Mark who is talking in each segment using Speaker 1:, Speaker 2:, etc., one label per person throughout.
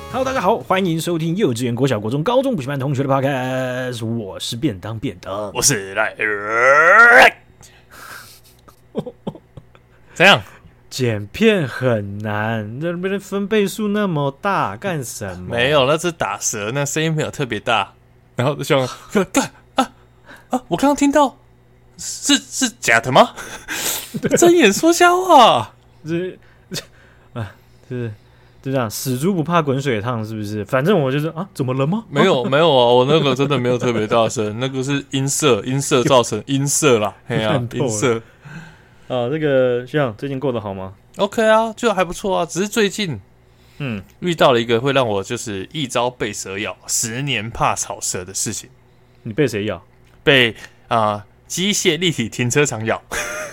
Speaker 1: Hello， 大家好，欢迎收听幼稚园、国小、国中、高中补习班同学的 podcast， 我是便当，
Speaker 2: 我是赖尔。怎样？
Speaker 1: 剪片很难，那边分贝数那么大，干什么？
Speaker 2: 没有，那是打舌，那声音没有特别大，然后就像干我刚刚听到是假的吗？睁眼说瞎话，
Speaker 1: 就这样，死猪不怕滚水烫，是不是？反正我就是怎么了吗？
Speaker 2: 没有啊，我那个真的没有特别大声，那个是音色造成音色啦，嘿啊，音色。
Speaker 1: 这个学长最近过得好吗
Speaker 2: ？OK 啊，就还不错啊，只是最近遇到了一个会让我就是一朝被蛇咬，10年怕草蛇的事情。
Speaker 1: 你被谁咬？
Speaker 2: 被机械立体停车场咬。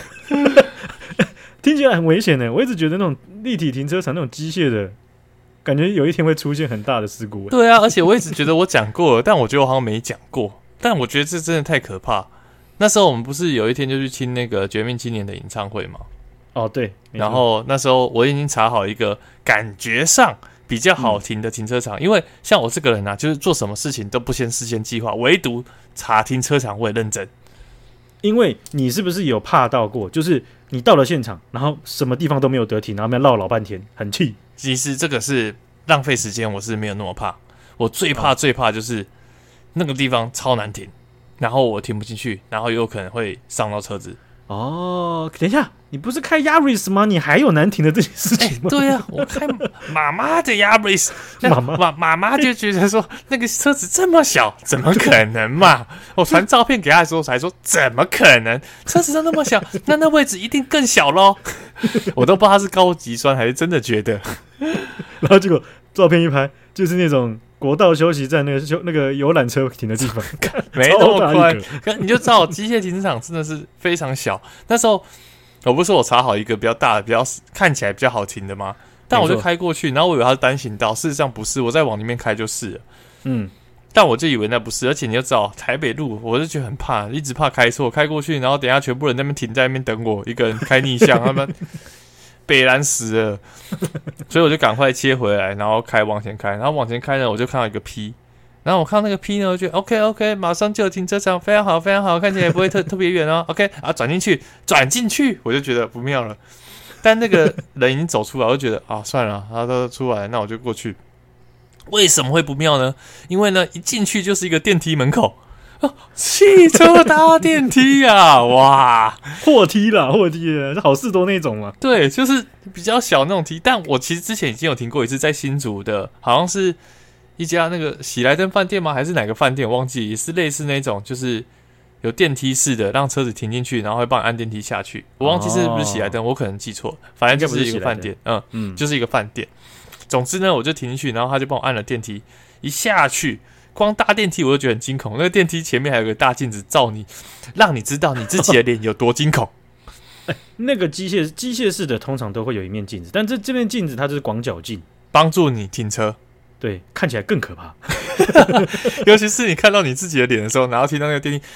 Speaker 1: 听起来很危险呢。我一直觉得那种立体停车场那种机械的感觉，有一天会出现很大的事故。
Speaker 2: 对啊，而且我一直觉得我讲过了，但我觉得我好像没讲过。但我觉得这真的太可怕。那时候我们不是有一天就去听那个绝命青年的演唱会吗？
Speaker 1: 哦，对。
Speaker 2: 然后那时候我已经查好一个感觉上比较好停的停车场，因为像我这个人啊，就是做什么事情都不先事先计划，唯独查停车场我也认真。
Speaker 1: 因为你是不是有怕到过？就是你到了现场，然后什么地方都没有得停，然后那边绕老半天，很气。
Speaker 2: 其实这个是浪费时间，我是没有那么怕。我最怕就是那个地方超难停，然后我停不进去，然后有可能会伤到车子。
Speaker 1: 哦，等一下，你不是开 Yaris 吗？你还有难停的这件事情吗？
Speaker 2: 对啊，我开妈妈的 Yaris， 妈妈就觉得说那个车子这么小，怎么可能嘛？我传照片给他的时候才说怎么可能？车子那么小，那位置一定更小咯。我都不知道他是高级酸还是真的觉得。
Speaker 1: 然后结果照片一拍，就是那种国道休息站那个游览车停的地方，
Speaker 2: 没那么宽，你就知道机械停车场真的是非常小。那时候我不是说我查好一个比较大的、比较看起来比较好停的吗？但我就开过去，然后我以为它是单行道，事实上不是，我再往里面开就是了。但我就以为那不是，而且你就知道台北路，我就觉得很怕，一直怕开错，开过去，然后等一下全部人在那边停在那边等我，一个人开逆向，他们北蓝死了，所以我就赶快切回来，然后往前开，然后往前开呢，我就看到一个 P， 然后我看到那个 P 呢，我就觉得 OK， 马上就有停车场，非常好，非常好，看起来也不会特别远哦。OK 转进去，我就觉得不妙了。但那个人已经走出来，我就觉得算了，他都出来，那我就过去。为什么会不妙呢？因为呢，一进去就是一个电梯门口。汽车搭电梯啊，哇，
Speaker 1: 货梯啦，是好事多那种嘛。
Speaker 2: 对，就是比较小那种梯。但我其实之前已经有停过一次，在新竹的，好像是一家那个喜来登饭店吗？还是哪个饭店？我忘记，也是类似那种，就是有电梯式的，让车子停进去，然后会帮你按电梯下去。我忘记是不是喜来登，我可能记错了，反正就是一个饭店，就是一个饭店。总之呢，我就停进去，然后他就帮我按了电梯，一下去。光搭电梯我就觉得很惊恐，那个电梯前面还有个大镜子照你，让你知道你自己的脸有多惊恐。
Speaker 1: 那个机械式的通常都会有一面镜子，但这面镜子它就是广角镜，帮
Speaker 2: 助你停车。
Speaker 1: 对，看起来更可怕。
Speaker 2: 尤其是你看到你自己的脸的时候，然后听到那个电梯，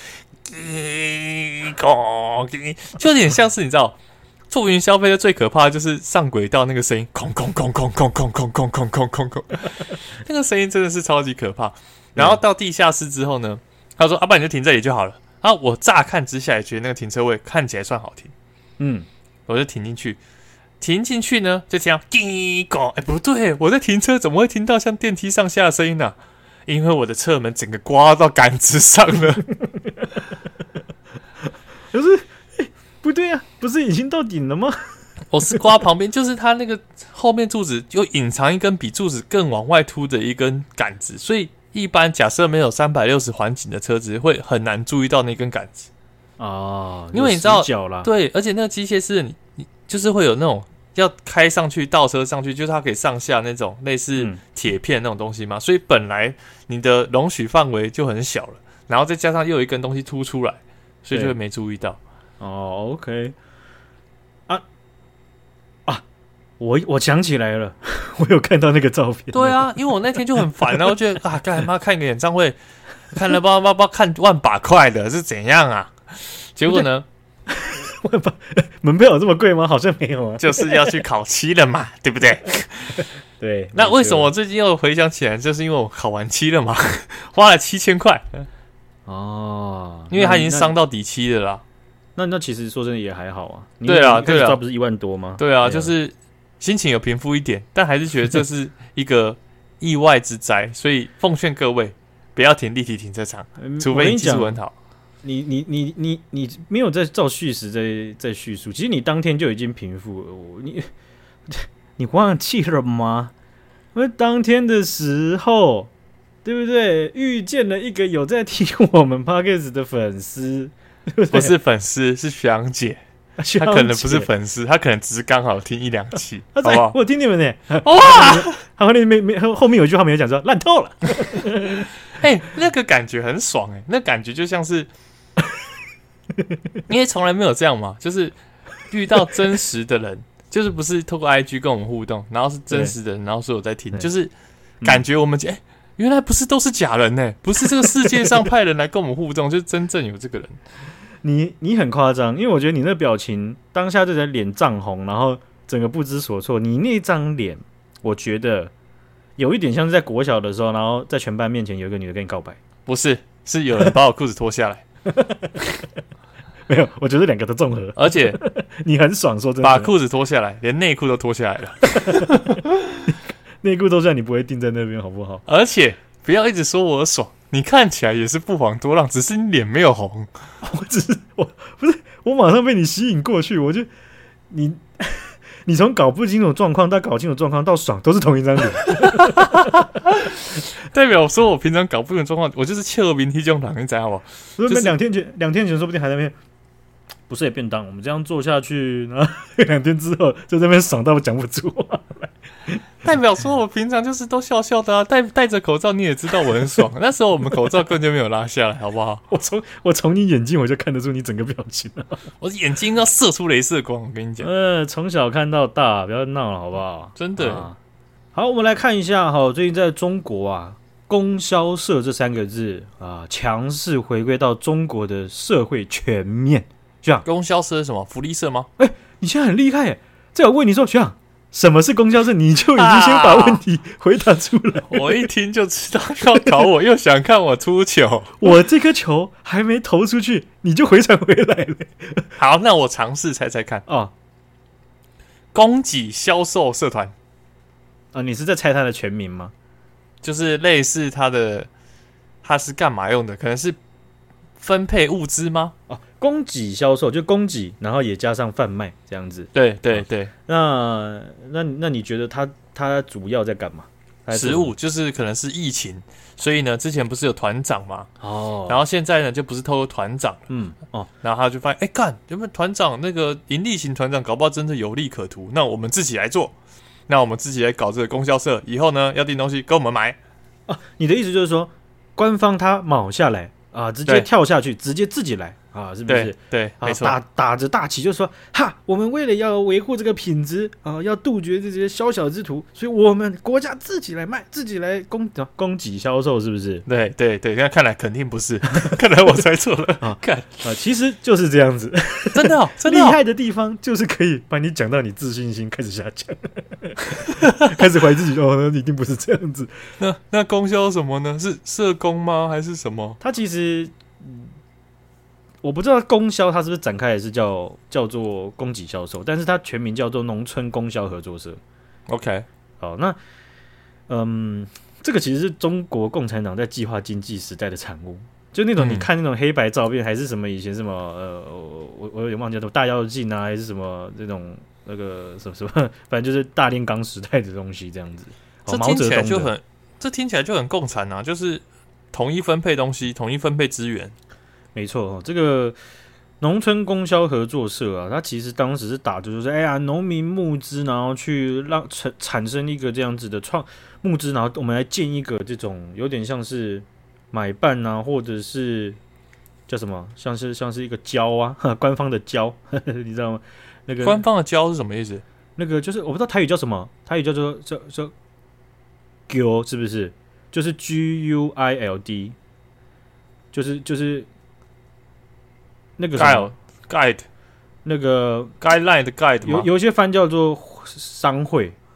Speaker 2: 就有点像是你知道。坐云霄飞的最可怕的就是上轨道那个声音，空空空空空空空空空空空空，那个声音真的是超级可怕。然后到地下室之后呢，他说：“不然你就停这里就好了。”我乍看之下也觉得那个停车位看起来算好停，我就停进去呢，就这样，不对，我在停车怎么会听到像电梯上下的声音呢？因为我的侧门整个刮到杆子上了，
Speaker 1: 可是。不对啊，不是已经到顶了吗？
Speaker 2: 我是刮旁边，就是它那个后面柱子又隐藏一根比柱子更往外凸的一根杆子，所以一般假设没有360环景的车子会很难注意到那根杆子因为你知道，对，而且那个机械式你就是会有那种要开上去倒车上去，就是它可以上下那种类似铁片那种东西嘛，所以本来你的容许范围就很小了，然后再加上又有一根东西凸出来，所以就会没注意到。
Speaker 1: OK， 我想起来了，我有看到那个照片。
Speaker 2: 对啊，因为我那天就很烦，然后觉得干嘛看一个演唱会，看了不看万把块的是怎样啊？结果呢，
Speaker 1: 门票有这么贵吗？好像没有啊，
Speaker 2: 就是要去考期了嘛，对不对？
Speaker 1: 对，
Speaker 2: 那为什么我最近又回想起来，就是因为我考完期了嘛，花了7000块
Speaker 1: 哦，
Speaker 2: 因为他已经伤到底期了啦。
Speaker 1: 那其实说真的也还好啊。
Speaker 2: 对啊，
Speaker 1: 对啊，抓不是1万多吗？
Speaker 2: 对啊，就是心情有平复一点，但还是觉得这是一个意外之灾，所以奉劝各位不要停立体停车场，除非你技术很好。
Speaker 1: 你没有在照叙时在叙述，其实你当天就已经平复了。你忘记了吗？因为当天的时候，对不对？遇见了一个有在听我们 Podcast 的粉丝，对不对？
Speaker 2: 不是粉丝，是学长姐。他可能不是粉丝，他可能只是刚好听1-2期，好不好？
Speaker 1: 我听你们呢。
Speaker 2: 哇！
Speaker 1: 后面有一句话没有讲说烂透了。
Speaker 2: 那个感觉很爽那感觉就像是，因为从来没有这样嘛，就是遇到真实的人，就是不是透过 IG 跟我们互动，然后是真实的人，然后说我在听，就是感觉我们原来不是都是假人不是这个世界上派人来跟我们互动，就是真正有这个人。
Speaker 1: 你很夸张，因为我觉得你那表情当下就在脸涨红，然后整个不知所措。你那张脸，我觉得有一点像是在国小的时候，然后在全班面前有一个女的跟你告白。
Speaker 2: 不是，是有人把我裤子脱下来。
Speaker 1: 没有，我觉得2个都综合。
Speaker 2: 而且
Speaker 1: 你很爽，说真的，
Speaker 2: 把裤子脱下来，连内裤都脱下来了。
Speaker 1: 内裤脱下来，你不会定在那边好不好？
Speaker 2: 而且不要一直说我爽。你看起来也是不遑多让，只是你脸没有红。
Speaker 1: 我马上被你吸引过去。我就你从搞不清楚状况到搞清楚状况到爽，都是同一张脸。
Speaker 2: 代表说我平常搞不清楚状况，我就是切尔明体种人，你知道吗？
Speaker 1: 所以2天前说不定还在那边。不是也便当，我们这样做下去，然后2天之后就在那边爽到我讲不出话来。
Speaker 2: 代表说我平常就是都笑笑的啊，戴着口罩你也知道我很爽。那时候我们口罩根本就没有拉下来，好不好？
Speaker 1: 我从你眼睛我就看得出你整个表情了。
Speaker 2: 我眼睛要射出雷射光，我跟你讲。
Speaker 1: 从小看到大，不要闹了，好不好？
Speaker 2: 真的。
Speaker 1: 好，我们来看一下最近在中国啊，供销社这3个字啊，强势回归到中国的社会全面。学长，
Speaker 2: 供销社是什么？福利社吗？
Speaker 1: 你现在很厉害耶！在我问你说，学长，什么是供销社，你就已经先把问题回答出来。
Speaker 2: 我一听就知道要考我，又想看我出糗。
Speaker 1: 我这颗球还没投出去，你就回传回来了。
Speaker 2: 好，那我尝试猜猜看供给销售社团
Speaker 1: 你是在猜它的全名吗？
Speaker 2: 就是类似它是干嘛用的？可能是分配物资吗？
Speaker 1: 供给销售就供给，然后也加上贩卖这样子。
Speaker 2: 对对对。
Speaker 1: 那你觉得它主要在干嘛？
Speaker 2: 食物就是可能是疫情，所以呢，之前不是有团长嘛？然后现在呢就不是透过团长了。然后他就发现，有没有团长那个盈利型团长，搞不好真的有利可图。那我们自己来做，那我们自己来搞这个供销社，以后呢要订东西跟我们买。
Speaker 1: 你的意思就是说，官方他卯下来直接跳下去，直接自己来。是不是？
Speaker 2: 对，没错。
Speaker 1: 打着大旗就说我们为了要维护这个品质要杜绝这些宵小之徒，所以我们国家自己来卖，自己来供给销售，是不是？
Speaker 2: 对对对，那看来肯定不是，看来我猜错了。
Speaker 1: 其实就是这样子，
Speaker 2: 真的真的
Speaker 1: 厉害的地方就是可以把你讲到你自信心开始下降，开始怀疑自己那一定不是这样子。
Speaker 2: 那供销什么呢？是社工吗？还是什么？
Speaker 1: 他其实。我不知道供销它是不是展开也是叫做供给销售，但是它全名叫做农村供销合作社。
Speaker 2: OK，
Speaker 1: 好，那这个其实是中国共产党在计划经济时代的产物，就那种你看那种黑白照片，还是什么以前什么我有点忘记了大跃进还是什么这种那个什么，反正就是大炼钢时代的东西这样子。
Speaker 2: 这听起来就很共产啊，就是统一分配东西，统一分配资源。
Speaker 1: 没错，这个农村供销合作社它其实当时是打着就是农民募资，然后去让产生一个这样子的募资，然后我们来建一个这种有点像是买办或者是叫什么，像是一个交官方的交，你知道吗？那个
Speaker 2: 官方的交是什么意思？
Speaker 1: 那个就是我不知道台语叫什么，台语叫做GUILD，是不是？就是 GUILD， 就是那个
Speaker 2: guide
Speaker 1: 那个
Speaker 2: guideline 的 guide 吗？
Speaker 1: 有一些翻叫做商会，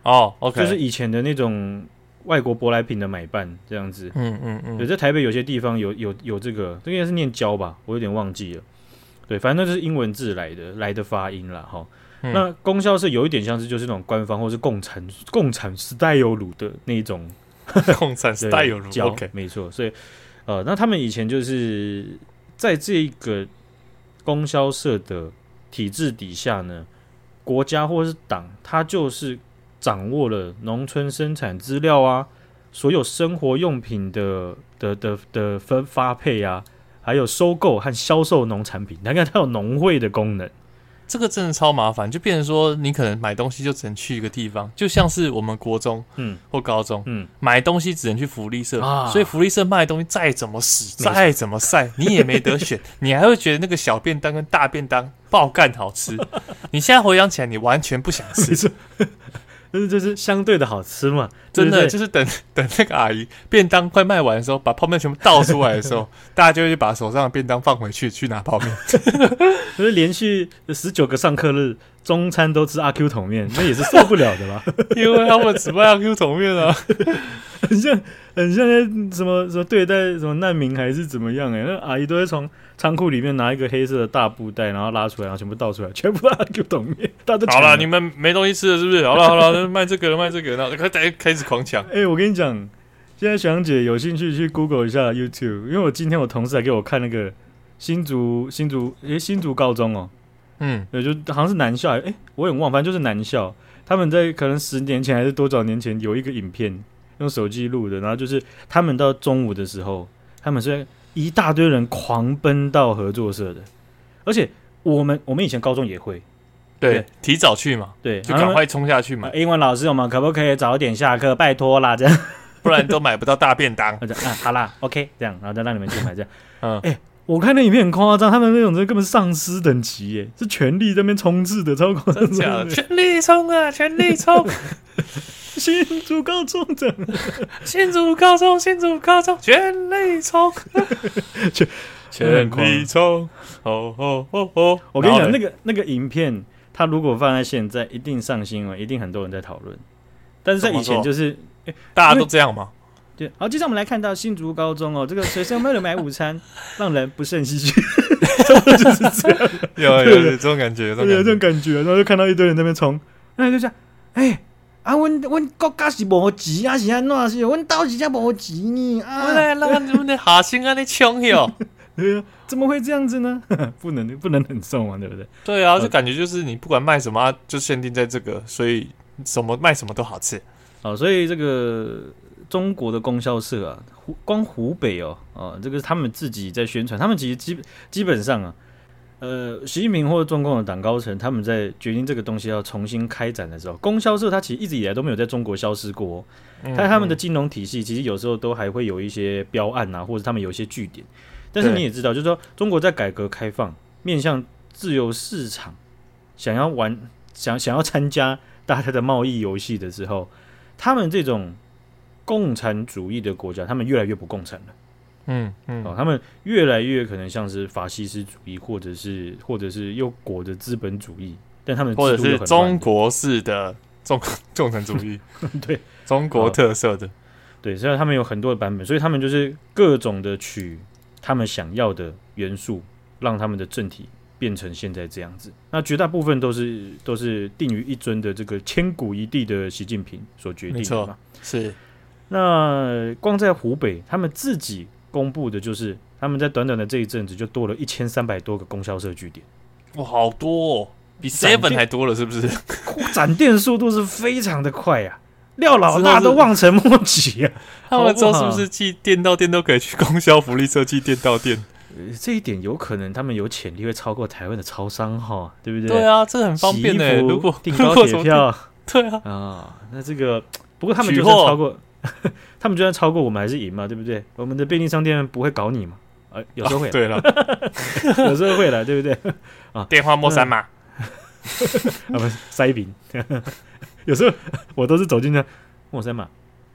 Speaker 2: 哦 ，OK，
Speaker 1: 就是以前的那种外国舶来品的买办这样子。对，在台北有些地方有这个应该是念胶吧，我有点忘记了。对，反正那就是英文字来的发音啦齁。那供销社有一点像是就是那种官方或是共产 style 乳的那一种
Speaker 2: 共产 style 乳
Speaker 1: 胶
Speaker 2: ，OK，
Speaker 1: 没错。所以那他们以前就是在这个供销社的体制底下呢，国家或是党，它就是掌握了农村生产资料啊，所有生活用品的发配啊，还有收购和销售农产品。你看，它有农会的功能。
Speaker 2: 这个真的超麻烦，就变成说你可能买东西就只能去一个地方，就像是我们国中或高中买东西只能去福利社，所以福利社卖的东西再怎么死再怎么晒你也没得选，你还会觉得那个小便当跟大便当爆干好吃，你现在回想起来你完全不想吃，
Speaker 1: 就是相对的好吃嘛，
Speaker 2: 真的就是等那个阿姨便当快卖完的时候，把泡面全部倒出来的时候，大家就会把手上的便当放回去拿泡面。
Speaker 1: 就是连续19个上课日，中餐都吃阿 Q 桶面，那也是受不了的吧？
Speaker 2: 因为他们只卖阿 Q 桶面啊，
Speaker 1: 很像在什么对待什么难民还是怎么样那阿姨都会从仓库里面拿一个黑色的大布袋，然后拉出来，然后全部倒出来，全部阿 Q 桶面，大家都
Speaker 2: 好了，你们没东西吃了是不是？好了，卖这个，然后开始狂抢。
Speaker 1: 我跟你讲，现在小杨姐有兴趣去 Google 一下 YouTube， 因为今天我同事还给我看那个新竹高中哦，对，就好像是男校，我也忘，反正就是男校，他们在可能10年前还是多少年前有一个影片用手机录的，然后就是他们到中午的时候，他们是一大堆人狂奔到合作社的，而且我们以前高中也会。
Speaker 2: 对，提早去嘛，
Speaker 1: 对，
Speaker 2: 就赶快冲下去嘛。
Speaker 1: 英文老师，我们可不可以早点下课？拜托啦，这样，
Speaker 2: 不然都买不到大便当。
Speaker 1: 好啦 ，OK， 这样，然后再让你们去买这样。我看那影片很夸张，他们那种人根本丧尸等级耶，是全力在那边冲刺的，超夸张。
Speaker 2: 真假的？全力冲啊！全力冲！
Speaker 1: 新竹高中这样，
Speaker 2: 新竹高中，全力冲！全力冲！
Speaker 1: 我跟你讲，那个影片，它如果放在现在，一定上新闻，一定很多人在讨论。但是在以前就是，
Speaker 2: 大家都这样吗？
Speaker 1: 对，好，接下来我们来看到新竹高中这个学生为了买午餐，让人不胜唏嘘，就是这样。
Speaker 2: 有这种感觉，有
Speaker 1: 这种感觉，然后就看到一堆人在那边冲，那就这样，阮国家是无钱啊，是安怎是？阮岛是才无钱呢啊！
Speaker 2: 让阮的下生安尼冲哟。
Speaker 1: 对啊，怎么会这样子呢？不能忍受嘛，对不对？
Speaker 2: 对啊，就感觉就是你不管卖什么，就限定在这个，所以卖什么都好吃。
Speaker 1: 所以这个中国的供销社啊，光湖北这个他们自己在宣传，他们其实基本上啊，习近平或者中共的党高层，他们在决定这个东西要重新开展的时候，供销社它其实一直以来都没有在中国消失过。他们的金融体系其实有时候都还会有一些标案啊，或者他们有一些据点。但是你也知道，就是说中国在改革开放、面向自由市场，想要参加大家的贸易游戏的时候，他们这种共产主义的国家，他们越来越不共产了。他们越来越可能像是法西斯主义，或者是又裹着资本主义，但他们
Speaker 2: 或者是中国式的共产主义，
Speaker 1: 对，
Speaker 2: 中国特色的，
Speaker 1: 对，所以他们有很多的版本，所以他们就是各种的取他们想要的元素，让他们的政体变成现在这样子。那绝大部分都是定于一尊的这个千古一帝的习近平所决定的嘛。
Speaker 2: 是。
Speaker 1: 那光在湖北，他们自己公布的就是他们在短短的这一阵子就多了1300多个供销社据点。
Speaker 2: 哇，好多哦，比 Seven 还多了，是不是？
Speaker 1: 展店速度是非常的快啊！廖老大都望尘莫及啊！
Speaker 2: 他们之后是不是寄店到店都可以去供销福利社寄店到店？
Speaker 1: 这一点有可能他们有潜力会超过台湾的超商哈，对不对？
Speaker 2: 对啊，这很方便的。如果
Speaker 1: 订高铁票，
Speaker 2: 对啊
Speaker 1: 那这个不过他们就算超过，他们就算超过我们还是赢嘛，对不对？我们的便利商店不会搞你嘛？有时候会，
Speaker 2: 对了，
Speaker 1: 有时候会了，对不对？
Speaker 2: 电话莫3码，
Speaker 1: 不是塞饼。有时候我都是走进去莫3码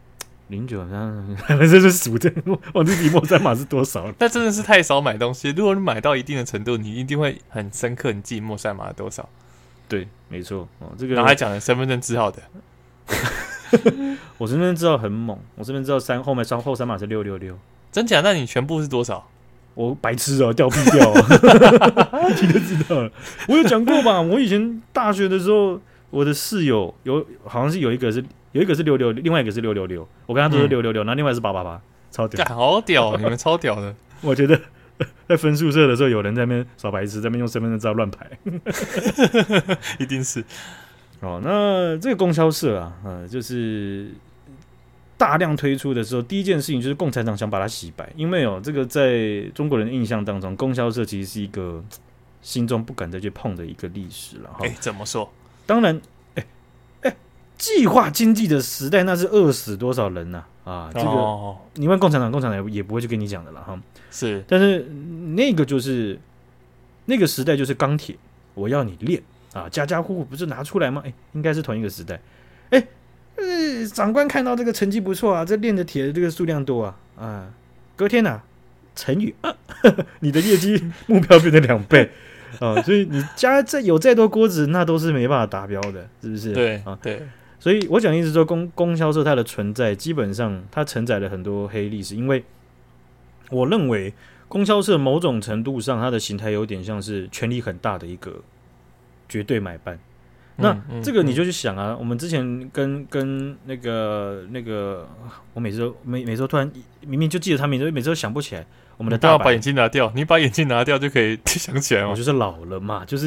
Speaker 1: 09，这是数的，忘记提莫3码是多少了。
Speaker 2: 那真的是太少买东西。如果你买到一定的程度，你一定会很深刻，你记莫3码多少？
Speaker 1: 对，没错。这个
Speaker 2: 然后还讲了身份证字号的。
Speaker 1: 我这边知道很猛，我这边知道后三码是666，
Speaker 2: 真假？那你全部是多少？
Speaker 1: 我白痴哦，掉屁掉，你就知道了。我有讲过吧？我以前大学的时候，我的室友好像是有一个是666，另外一个是666，我跟他都是666，然后另外是888，超屌，
Speaker 2: 好屌，你们超屌的。
Speaker 1: 我觉得在分宿舍的时候，有人在那边耍白痴，在那边用身份证照乱排，
Speaker 2: 一定是。
Speaker 1: 哦，那这个供销社啊，就是大量推出的时候，第一件事情就是共产党想把它洗白，因为这个在中国人的印象当中，供销社其实是一个心中不敢再去碰的一个历史了。
Speaker 2: 怎么说？
Speaker 1: 当然，计划经济的时代那是饿死多少人呐！这个你问共产党也不会去跟你讲的了哈。
Speaker 2: 是，
Speaker 1: 但是那个就是那个时代就是钢铁，我要你练啊，家家户户不是拿出来吗？应该是同一个时代。长官看到这个成绩不错啊，这练的铁的这个数量多啊，隔天乘以你的业绩目标变成2倍所以你家再多锅子，那都是没办法达标的，是不是？
Speaker 2: 对
Speaker 1: 对。所以我讲的意思说，供销社它的存在，基本上它承载了很多黑历史，因为我认为供销社某种程度上它的形态有点像是权力很大的一个绝对买办。那这个你就去想啊，我们之前跟那个，我每次都突然明明就记得他名字，每次都想不起来。我们的大白，
Speaker 2: 把眼镜拿掉，你把眼镜拿掉就可以想起来吗？
Speaker 1: 我就是老了嘛，就是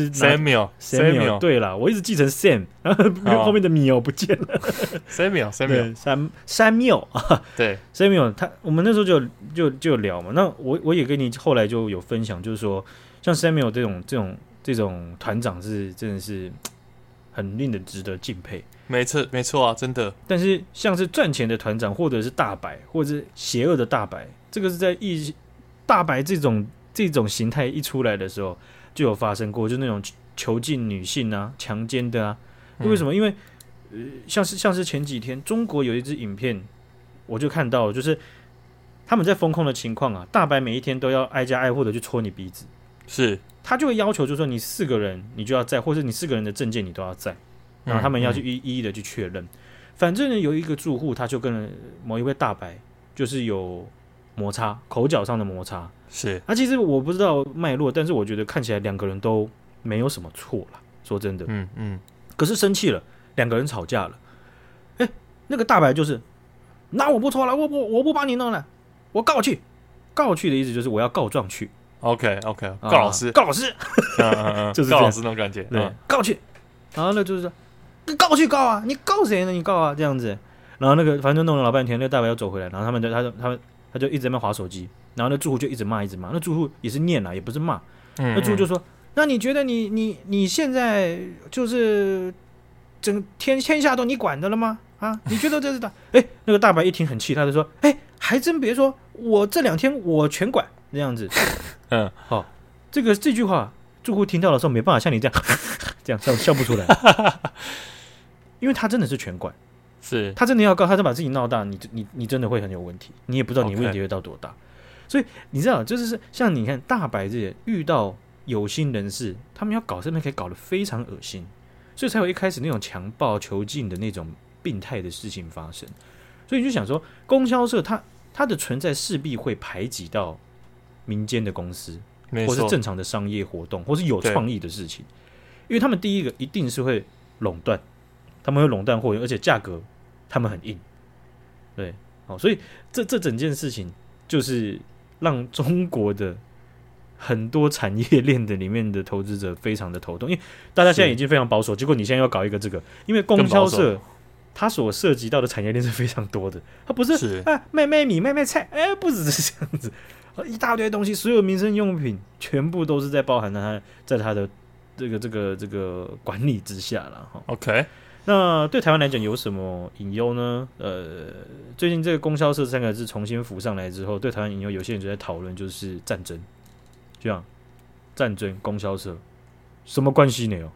Speaker 2: Samuel。
Speaker 1: 对啦，我一直记成 Sam， 然后后面的米不见了。Samuel
Speaker 2: 对
Speaker 1: Samuel， 我们那时候就聊嘛。那我也跟你后来就有分享，就是说像 Samuel 这种团长是真的是很令人值得敬佩。
Speaker 2: 没错啊，真的。
Speaker 1: 但是像是赚钱的团长，或者是大白，或者是邪恶的大白，这个是在大白这种形态一出来的时候就有发生过，就那种囚禁女性啊、强奸的啊。为什么？因为像是前几天中国有一支影片，我就看到，就是他们在封控的情况啊，大白每一天都要挨家挨户的去戳你鼻子，
Speaker 2: 是
Speaker 1: 他就会要求，就是说你4个人你就要在，或者你4个人的证件你都要在，然后他们要去一一的去确认。反正呢，有一个住户他就跟某一位大白就是有摩擦，口角上的摩擦。
Speaker 2: 是
Speaker 1: 其实我不知道脉络，但是我觉得看起来2个人都没有什么错啦，说真的。可是生气了，2个人吵架了。那个大白就是，那我不错了，我不帮你弄了，我告去。告去的意思就是我要告状去。
Speaker 2: OK， 告老师，
Speaker 1: 就是
Speaker 2: 告老师那种感觉。
Speaker 1: 对，告去。然后呢，就是说，告去告啊，你告谁呢？你告啊，这样子。然后那个反正弄了老半天，那个大白要走回来，然后他就一直在那边滑手机，然后那住户就一直骂，那住户也是念啦，也不是骂。那住户就说：“那你觉得你现在就是整天下都你管的了吗？啊，你觉得这是的？”那个大白一听很气，他就说：“还真别说，我这2天我全管这样子。”这句话住户听到的时候没办法像你这样笑不出来，因为他真的是全管。
Speaker 2: 是
Speaker 1: 他真的要告，他就把自己闹大，你真的会很有问题，你也不知道你问题会到多大。所以你知道，就是像你看大白这些遇到有心人士，他们要搞这边可以搞得非常恶心，所以才有一开始那种强暴囚禁的那种病态的事情发生。所以你就想说，供销社它的存在势必会排挤到民间的公司，或是正常的商业活动，或是有创意的事情，因为他们第一个一定是会垄断。他们会垄断货源，而且价格他们很硬，对，所以这整件事情就是让中国的很多产业链的里面的投资者非常的头痛，因为大家现在已经非常保守，结果你现在要搞一个这个，因为供销社它所涉及到的产业链是非常多的，它不是卖米卖菜，不只是这样子，一大堆东西，所有民生用品全部都是在包含在它的这个管理之下了。
Speaker 2: OK。
Speaker 1: 那对台湾来讲有什么隐忧呢？最近这个供销社3个字重新浮上来之后，对台湾隐忧，有些人就在讨论，就是战争，这样战争供销社什么关系呢？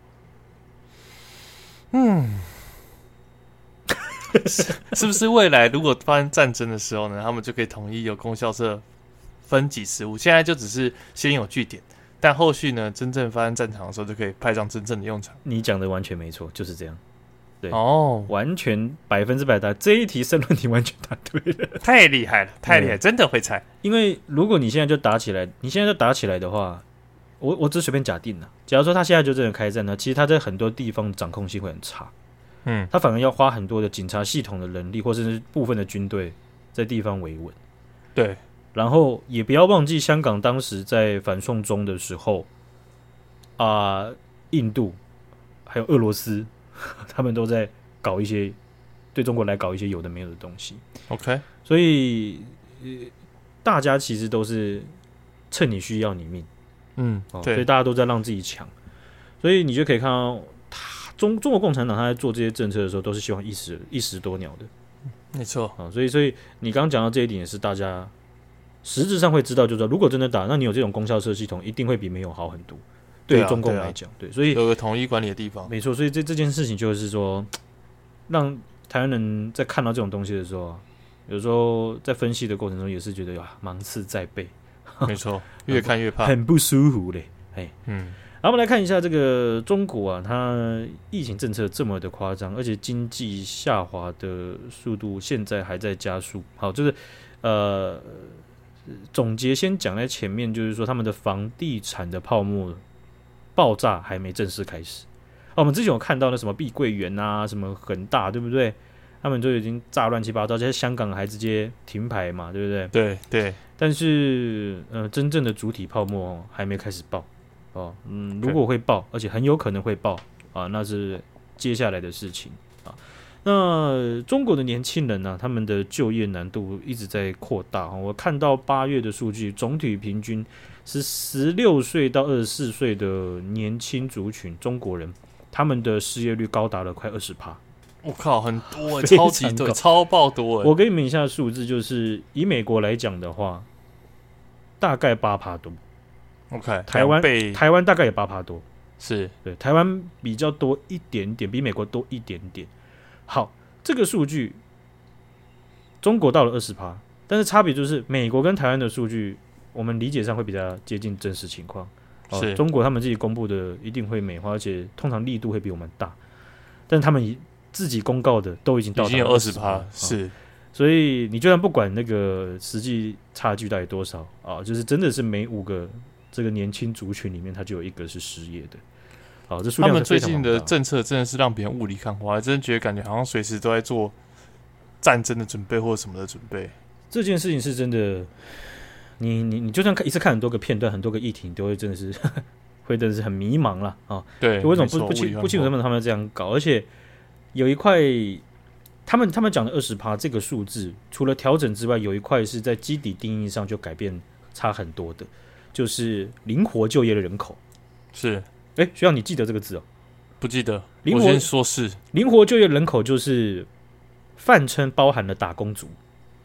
Speaker 2: 是不是未来如果发生战争的时候呢，他们就可以统一由供销社分级事务？现在就只是先有据点，但后续呢，真正发生战场的时候，就可以派上真正的用场。
Speaker 1: 你讲的完全没错，就是这样。 对
Speaker 2: 哦，
Speaker 1: 完全100%答，这一题申论题完全答对了，
Speaker 2: 太厉害了，太厉害，真的会猜。
Speaker 1: 因为如果你现在就打起来，你现在就打起来的话，我只随便假定了，假如说他现在就真的开战呢，其实他在很多地方掌控性会很差，他反而要花很多的警察系统的人力，或者是部分的军队在地方维稳。
Speaker 2: 对，
Speaker 1: 然后也不要忘记香港当时在反送中的时候印度还有俄罗斯，他们都在搞一些对中国来搞一些有的没有的东西。
Speaker 2: OK，
Speaker 1: 所以大家其实都是趁你需要你命，所以大家都在让自己强，所以你就可以看到中国共产党他在做这些政策的时候，都是希望一石多鸟的，
Speaker 2: 没错
Speaker 1: 所以你刚刚讲到这一点，也是大家实质上会知道，就是说如果真的打，那你有这种供销社系统，一定会比没有好很多。对于中共来讲，对，所以
Speaker 2: 有个统一管理的地方，
Speaker 1: 没错。所以这件事情就是说，让台湾人在看到这种东西的时候，有时候在分析的过程中，也是觉得芒刺在背，
Speaker 2: 没错，越看越怕，
Speaker 1: 很不舒服嘞。好，我们来看一下这个中国它疫情政策这么的夸张，而且经济下滑的速度现在还在加速。好，就是总结先讲在前面，就是说他们的房地产的泡沫爆炸还没正式开始。我们之前有看到那什么碧桂园什么恒大，对不对？他们就已经炸乱七八糟，在香港还直接停牌嘛，对不对？
Speaker 2: 对对。
Speaker 1: 但是真正的主体泡沫还没开始爆。如果会爆，而且很有可能会爆那是接下来的事情那中国的年轻人他们的就业难度一直在扩大我看到8月的数据，总体平均是16岁到24岁的年轻族群，中国人他们的失业率高达了快20%。
Speaker 2: 我靠，很多超级多，超爆多。
Speaker 1: 我给你们一下数字，就是以美国来讲的话，大概8%多。
Speaker 2: OK，
Speaker 1: 台湾大概也8%多，
Speaker 2: 是
Speaker 1: 对，台湾比较多一点点，比美国多一点点。好，这个数据中国到了20%，但是差别就是美国跟台湾的数据，我们理解上会比较接近真实情况。
Speaker 2: 是
Speaker 1: 中国他们自己公布的一定会美化，而且通常力度会比我们大，但是他们自己公告的都已经到达
Speaker 2: 已经有20%，是。
Speaker 1: 所以你就算不管那个实际差距到底多少就是真的是每5个这个年轻族群里面，他就有1个是失业的。好，这数量
Speaker 2: 他们最近的政策真的是让别人雾里看花，真的觉得感觉好像随时都在做战争的准备或者什么的准备。
Speaker 1: 这件事情是真的，你就算一次看很多个片段、很多个议题，你都会真的是会真的是很迷茫啦
Speaker 2: 对，
Speaker 1: 为什么不清楚他们这样搞？而且有一块，他们讲的20%这个数字，除了调整之外，有一块是在基底定义上就改变差很多的。就是灵活就业的人口。
Speaker 2: 是
Speaker 1: 学长你记得这个字
Speaker 2: 不记得，我先说是
Speaker 1: 灵活就业人口，就是泛称包含了打工族。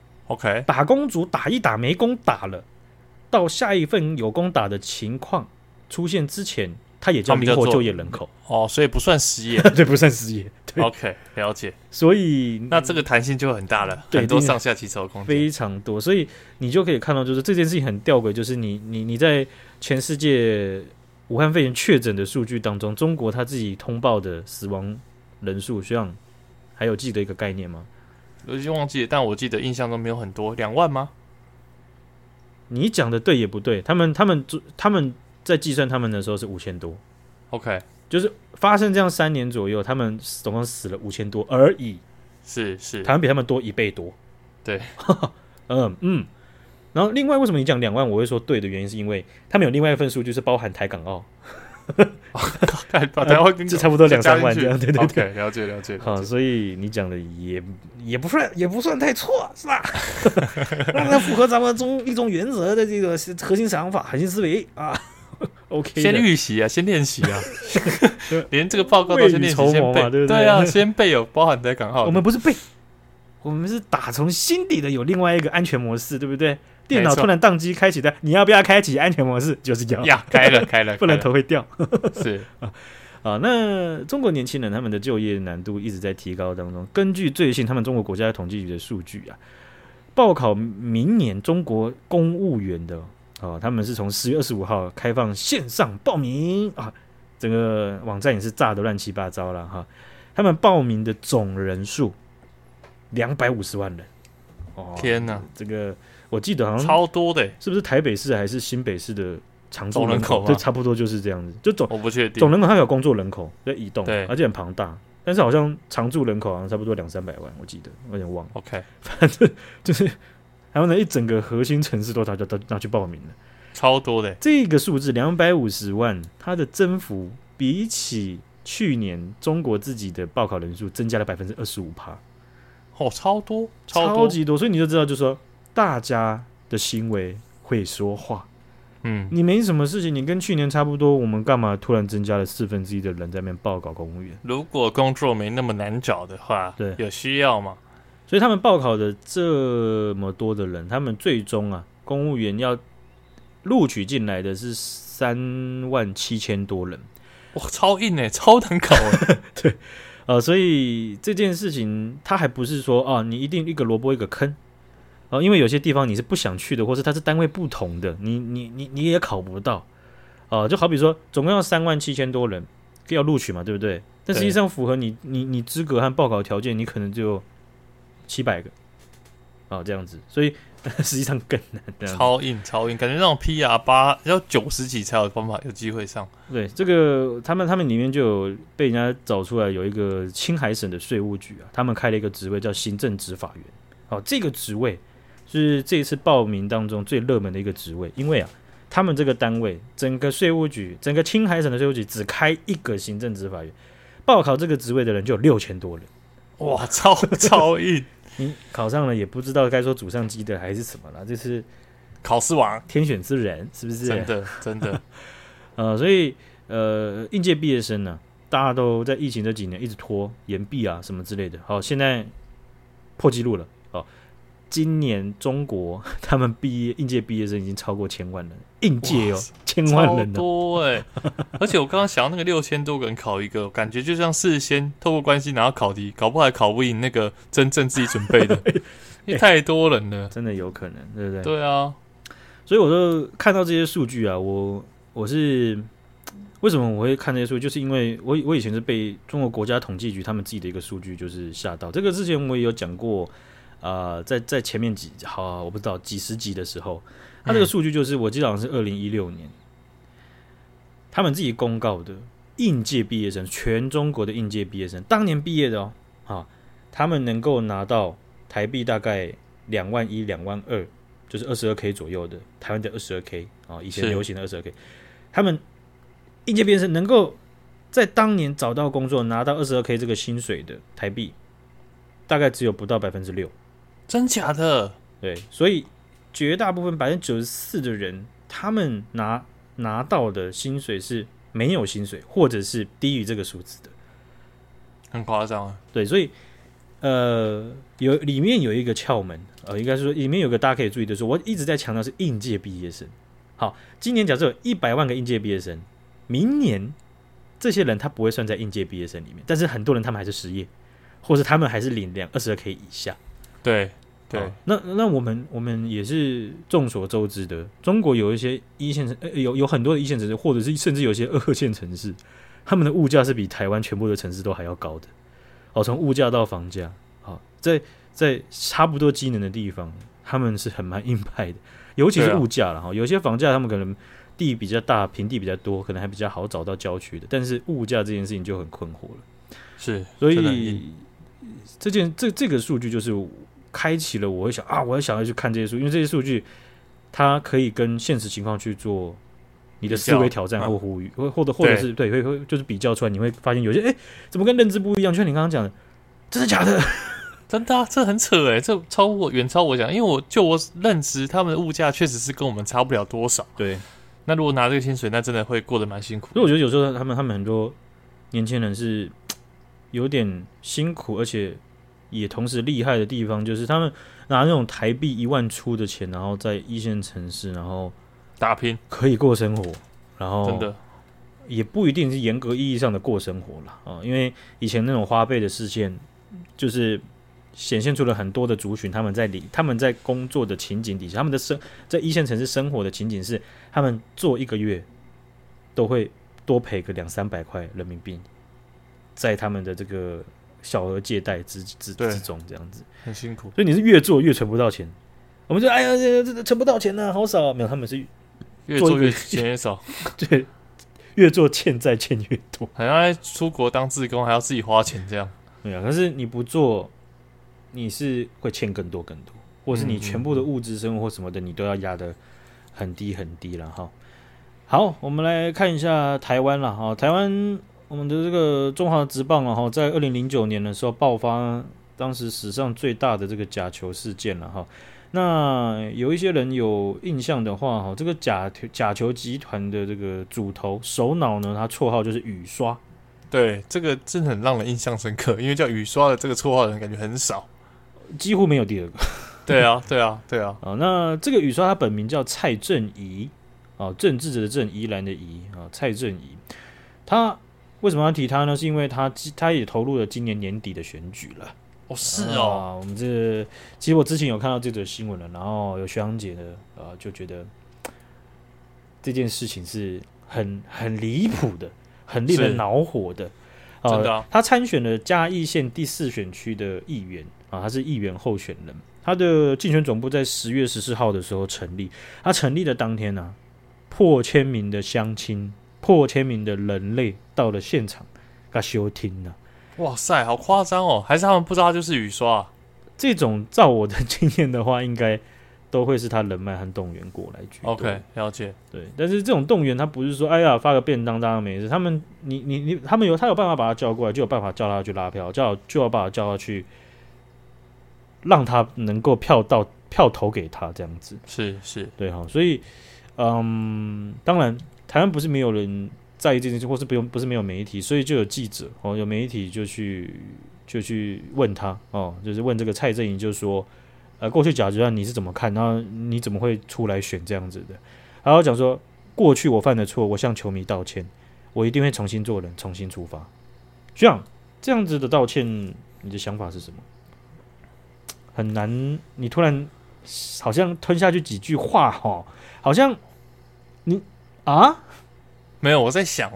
Speaker 2: OK，
Speaker 1: 打工族打一打没工打了，到下一份有工打的情况出现之前，它也叫灵活就业人口
Speaker 2: 所以不算失业
Speaker 1: 对，不算失业。
Speaker 2: OK， 了解。
Speaker 1: 所以
Speaker 2: 那这个弹性就很大了，很多上下起手的空间
Speaker 1: 非常多，所以你就可以看到，就是这件事情很吊诡，就是你在全世界武汉肺炎确诊的数据当中，中国他自己通报的死亡人数，学长还有记得一个概念吗？
Speaker 2: 我已经忘记了，但我记得印象中没有很多，2万吗？
Speaker 1: 你讲的对也不对，他们在计算他们的时候是5000多。
Speaker 2: OK，
Speaker 1: 就是发生这样3年左右，他们总共死了5000多而已。
Speaker 2: 是，
Speaker 1: 台湾比他们多1倍多。
Speaker 2: 对，
Speaker 1: 然后另外为什么你讲2万我会说对的原因，是因为他们有另外一份数据是包含台港澳。
Speaker 2: 把台湾
Speaker 1: 就差不多2-3万这样，对对对，
Speaker 2: okay， 了解。
Speaker 1: 好，所以你讲的也不算太错，是吧？让它符合咱们一种原则的这个核心想法、核心思维OK，
Speaker 2: 先预习先练习连这个报告都先练习，先背，
Speaker 1: 对不对？
Speaker 2: 对先背有包含台港澳。
Speaker 1: 我们不是背，我们是打从心底的有另外一个安全模式，对不对？电脑突然宕机开启的，你要不要开启安全模式？就是要
Speaker 2: 开了，
Speaker 1: 不然头会掉。
Speaker 2: 是
Speaker 1: 那中国年轻人他们的就业难度一直在提高当中。根据最新他们中国国家统计局的数据报考明年中国公务员的他们是从10月25号开放线上报名整个网站也是炸得乱七八糟了他们报名的总人数250万人。
Speaker 2: 天哪，
Speaker 1: 这个我记得好像
Speaker 2: 超多的，
Speaker 1: 是不是台北市还是新北市的常住人
Speaker 2: 口？
Speaker 1: 对，差不多就是这样子。就
Speaker 2: 我不确定
Speaker 1: 总人口，它有工作人口在移动，
Speaker 2: 对，
Speaker 1: 而且很庞大。但是好像常住人口好像差不多200-300万，我记得我有点忘了。
Speaker 2: OK，
Speaker 1: 反正就是台湾的一整个核心城市都拿去报名了，
Speaker 2: 超多的。
Speaker 1: 这个数字250万，它的增幅比起去年中国自己的报考人数增加了25%，
Speaker 2: 超多，
Speaker 1: 超级多。所以你就知道，就是说大家的行为会说话。你没什么事情，你跟去年差不多，我们干嘛突然增加了1/4的人在那边报考公务员？
Speaker 2: 如果工作没那么难找的话，
Speaker 1: 对，
Speaker 2: 有需要吗？
Speaker 1: 所以他们报考的这么多的人，他们最终公务员要录取进来的是37000多人。
Speaker 2: 哇，超硬超难考
Speaker 1: 对，所以这件事情他还不是说你一定一个萝卜一个坑。因为有些地方你是不想去的，或是它是单位不同的，你也考不到。就好比说，总共要37000多人要录取嘛，对不对？但实际上符合你资格和报考条件，你可能只有700个，这样子，所以实际上更难。
Speaker 2: 超硬，感觉那种 PR8要90几才有办法有机会上。
Speaker 1: 对，这个他们里面就有被人家找出来，有一个青海省的税务局他们开了一个职位叫行政执法员。这个职位是这一次报名当中最热门的一个职位，因为他们这个单位整个税务局，整个青海省的税务局只开一个行政执法员，报考这个职位的人就有6000多人。
Speaker 2: 哇，超硬！
Speaker 1: 你考上了也不知道该说祖上积德还是什么了，这是
Speaker 2: 考试王，
Speaker 1: 天选之人，是不是？
Speaker 2: 真的。
Speaker 1: 所以应届毕业生呢，大家都在疫情这几年一直拖延毕什么之类的。好，现在破纪录了。今年中国他们应届毕业生已经超过1000万人，应届1000万人了，
Speaker 2: 超多而且我刚刚想到那个6000多个人考一个，感觉就像事先透过关系拿到考题，搞不好还考不赢那个真正自己准备的，因为太多人了，
Speaker 1: 真的有可能，对不对？
Speaker 2: 对啊，
Speaker 1: 所以我就看到这些数据我是为什么我会看这些数据，就是因为我以前是被中国国家统计局他们自己的一个数据就是吓到，这个之前我也有讲过。在前面我不知道几十集的时候，他这个数据就是我记得好像是2016年，他们自己公告的应届毕业生，全中国的应届毕业生，当年毕业的他们能够拿到台币大概21000、22000，就是22K 左右的台湾的22K 以前流行的22K，他们应届毕业生能够在当年找到工作拿到22K 这个薪水的台币，大概只有不到6%。
Speaker 2: 真假的？
Speaker 1: 对，所以绝大部分94%的人，他们拿到的薪水是没有薪水，或者是低于这个数字的，
Speaker 2: 很夸张。
Speaker 1: 对，所以里面有一个窍门，应该是说里面有个大家可以注意的是，我一直在强调是应届毕业生。好，今年假设有100万个应届毕业生，明年这些人他不会算在应届毕业生里面，但是很多人他们还是失业，或是他们还是领22K 以下。
Speaker 2: 对，
Speaker 1: 那我们也是众所周知的，中国有一些一线有很多的一线城市，或者是甚至有些2线城市，他们的物价是比台湾全部的城市都还要高的。从物价到房价，在差不多机能的地方，他们是蛮硬派的，尤其是物价了。有些房价他们可能地比较大，平地比较多，可能还比较好找到郊区的，但是物价这件事情就很困惑了。
Speaker 2: 是，
Speaker 1: 所以这个数据就是开启了我会想我想要去看这些数据，因为这些数据它可以跟现实情况去做你的思维挑战或呼吁，或者是对会就是比较出来，你会发现有些怎么跟认知不一样，就像你刚刚讲的，真的假的？
Speaker 2: 真的这很扯这远超我讲，因为我认知他们的物价确实是跟我们差不了多少。
Speaker 1: 对，
Speaker 2: 那如果拿这个薪水，那真的会过得蛮辛苦的。
Speaker 1: 所以我觉得有时候他们很多年轻人是有点辛苦，而且也同时厉害的地方，就是他们拿那种台币1万出的钱，然后在一线城市，然后
Speaker 2: 打拼，
Speaker 1: 可以过生活，然后
Speaker 2: 真的
Speaker 1: 也不一定是严格意义上的过生活啦因为以前那种花呗的事件，就是显现出了很多的族群，他们在工作的情景底下，他们的在一线城市生活的情景是，他们做1个月都会多赔个200-300块人民币。 在他们的这个小额借贷之中，这样子
Speaker 2: 很辛苦。
Speaker 1: 所以你是越做越存不到钱。我们就哎呀，这存不到钱啊，好少啊。没有，他们是
Speaker 2: 越做越钱越少，
Speaker 1: 对，越做欠债欠越多，
Speaker 2: 好像在出国当志工还要自己花钱这样。
Speaker 1: 对啊，可是你不做，你是会欠更多，或是你全部的物质生活什么的，你都要压得很低很低了哈。好，我们来看一下台湾啦哈，台湾我们的这个中华职棒哈，在2009年的时候爆发当时史上最大的这个假球事件了哈。那有一些人有印象的话哈，这个假球集团的这个主头首脑呢，他绰号就是雨刷。
Speaker 2: 对，这个真的很让人印象深刻，因为叫雨刷的这个绰号的人感觉很少，
Speaker 1: 几乎没有第二个。
Speaker 2: 对啊。
Speaker 1: 那这个雨刷他本名叫蔡正宜，政治的政，宜兰的宜蔡正宜。他为什么要提他呢？是因为他也投入了今年年底的选举了。
Speaker 2: 是
Speaker 1: 我们其实我之前有看到这则新闻了，然后有学长姐呢，就觉得这件事情是很离谱的，很令人恼火的。
Speaker 2: 真的
Speaker 1: 他参选了嘉义县第4选区的议员他是议员候选人。他的竞选总部在10月14号的时候成立。他成立的当天呢，破千名的乡亲、破千名的人类到了现场，给收听了。
Speaker 2: 哇塞，好夸张哦！还是他们不知道他就是雨刷
Speaker 1: 这种照我的经验的话，应该都会是他人脉和动员过来居多。
Speaker 2: OK， 了解。
Speaker 1: 对，但是这种动员，他不是说哎呀发个便当当然没事。他们他有办法把他叫过来，就有办法叫他去拉票，就要把他叫他去，让他能够票投给他这样子。
Speaker 2: 是，
Speaker 1: 对哈。所以当然台湾不是没有人在意这件事，或是不是没有媒体，所以就有记者有媒体就去问他就是问这个蔡正宜，就说过去假决战你是怎么看？然后你怎么会出来选这样子的？然后讲说过去我犯的错，我向球迷道歉，我一定会重新做人，重新出发。学长，这样子的道歉，你的想法是什么？很难，你突然好像吞下去几句话好像你
Speaker 2: 没有，我在想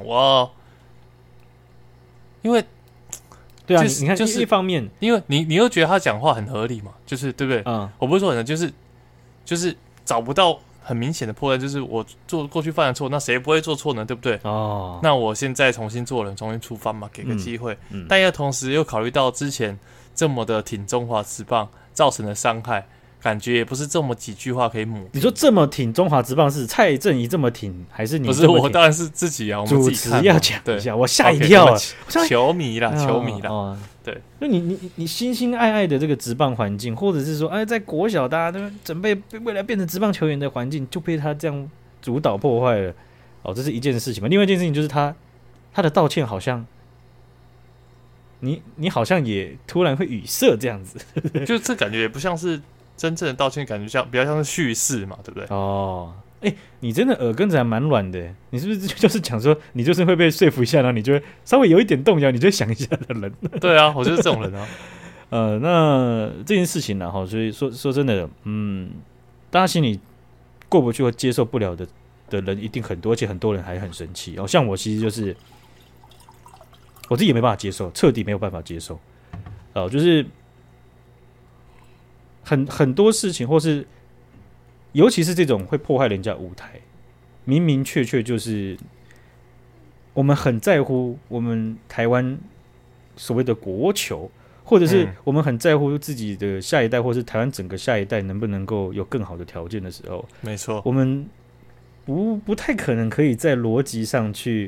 Speaker 2: 因为
Speaker 1: 对啊，你看，就是一方面，
Speaker 2: 因为你又觉得他讲话很合理嘛，就是对不对？我不是说很就是找不到很明显的破绽，就是我做过去犯的错，那谁不会做错呢？对不对？那我现在重新做人，重新出发嘛，给个机会。但又同时又考虑到之前这么的挺中华职棒造成的伤害。感觉也不是这么几句话可以抹平。
Speaker 1: 你说这么挺中华职棒是蔡正宜这么挺，还是你
Speaker 2: 不是？我当然是自己啊，我们自己看。
Speaker 1: 主持要讲一下，我吓一跳啊！
Speaker 2: 球迷啦，对。
Speaker 1: 那你心心爱爱的这个职棒环境，或者是说，在国小大家都准备未来变成职棒球员的环境，就被他这样主导破坏了。这是一件事情嘛。另外一件事情就是他的道歉好像。你好像也突然会语塞这样子，
Speaker 2: 就这感觉也不像是真正的道歉，感觉比较像是叙事嘛，对不对？
Speaker 1: 你真的耳根子还蛮软的，你是不是就是讲说你就是会被说服一下，然后你就会稍微有一点动摇，你就会想一下的人？
Speaker 2: 对啊，我就是这种人啊。
Speaker 1: 那这件事情呢，所以说真的，大家心里过不去或接受不了的人一定很多，而且很多人还很生气。像我其实就是我自己也没办法接受，彻底没有办法接受。就是很多事情，或是尤其是这种会破坏人家舞台，明明确确就是我们很在乎我们台湾所谓的国球，或者是我们很在乎自己的下一代，或是台湾整个下一代能不能够有更好的条件的时候，
Speaker 2: 没错，
Speaker 1: 我们不太可能可以在逻辑上去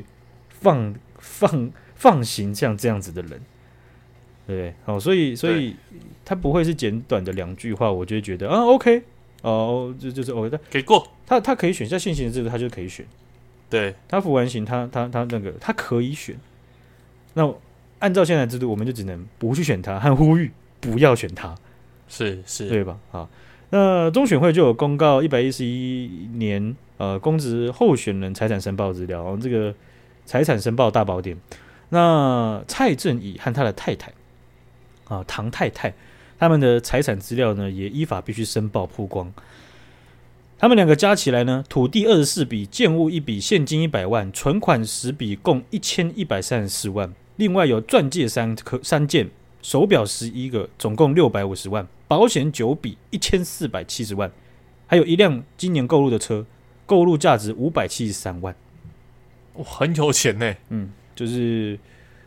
Speaker 1: 放行像这样子的人，对不对？所以他不会是简短的2句话，我就会觉得OK，就是
Speaker 2: 给过，
Speaker 1: 他可以选，像现行的制度，他就可以选。对，他服完刑，他那个他可以选。那按照现在的制度，我们就只能不去选他，和呼吁不要选他，
Speaker 2: 是
Speaker 1: 对吧？那中选会就有公告111年公职候选人财产申报资料，这个财产申报大宝典。那蔡正宜和他的太太唐太太，他们的财产资料呢，也依法必须申报曝光。他们两个加起来呢，土地24笔，建物1笔，现金100万，存款10笔，共1134万。 另外有钻戒3件，手表11个，总共650万，保险9笔1470万，还有一辆今年购入的车，购入价值573万。
Speaker 2: 哇，很有钱呢。
Speaker 1: 就是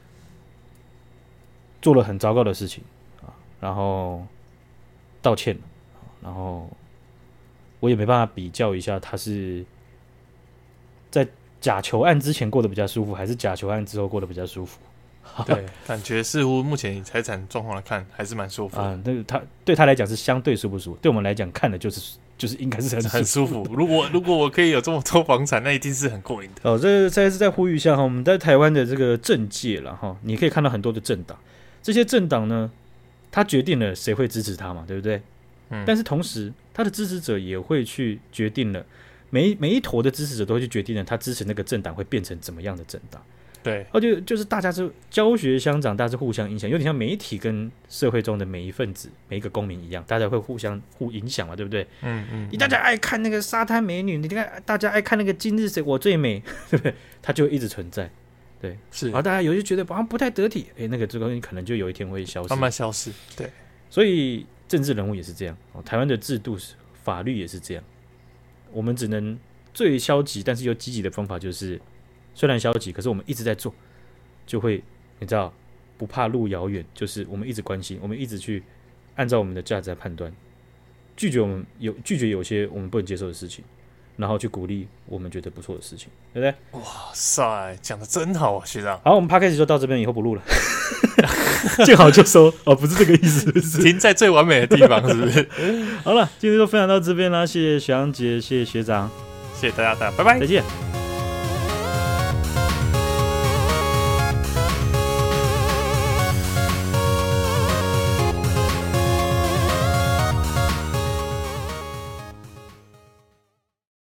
Speaker 1: 做了很糟糕的事情啊，然后道歉了，然后我也没办法比较一下他是在假球案之前过得比较舒服，还是假球案之后过得比较舒服。
Speaker 2: 对，感觉似乎目前以财产状况来看还是蛮舒服的。
Speaker 1: 对他来讲是相对舒不舒服，对我们来讲看的就是应该是很舒服。
Speaker 2: 如果我可以有这么多房产，那一定是很过瘾的。
Speaker 1: 这再次再呼吁一下哈，我们在台湾的这个政界了哈，你可以看到很多的政党，这些政党呢，他决定了谁会支持他嘛，对不对？但是同时，他的支持者也会去决定了每一坨的支持者都会去决定了他支持那个政党会变成怎么样的政党。
Speaker 2: 对，
Speaker 1: 就是大家是教学相长，大家是互相影响，有点像媒体跟社会中的每一份子、每一个公民一样，大家会互影响嘛，对不对？你大家爱看那个沙滩美女，你看大家爱看那个今日谁我最美，对不对？它就会一直存在，对，是。然后大家有些觉得好像不太得体，那个这个东西可能就有一天会消失，
Speaker 2: 慢慢消失。对，
Speaker 1: 所以政治人物也是这样，台湾的制度、法律也是这样，我们只能最消极但是又积极的方法就是。虽然消极，可是我们一直在做，就会你知道不怕路遥远，就是我们一直关心，我们一直去按照我们的价值来判断，拒绝有些我们不能接受的事情，然后去鼓励我们觉得不错的事情，对不对？
Speaker 2: 哇塞，讲的真好啊，学长。
Speaker 1: 好，我们 podcast 就到这边，以后不录了，见好就收哦，不是这个意思，
Speaker 2: 停在最完美的地方，是不是？
Speaker 1: 好了，今天就分享到这边啦，谢谢学长姐，谢谢学长，
Speaker 2: 谢谢大家，拜拜，
Speaker 1: 再见。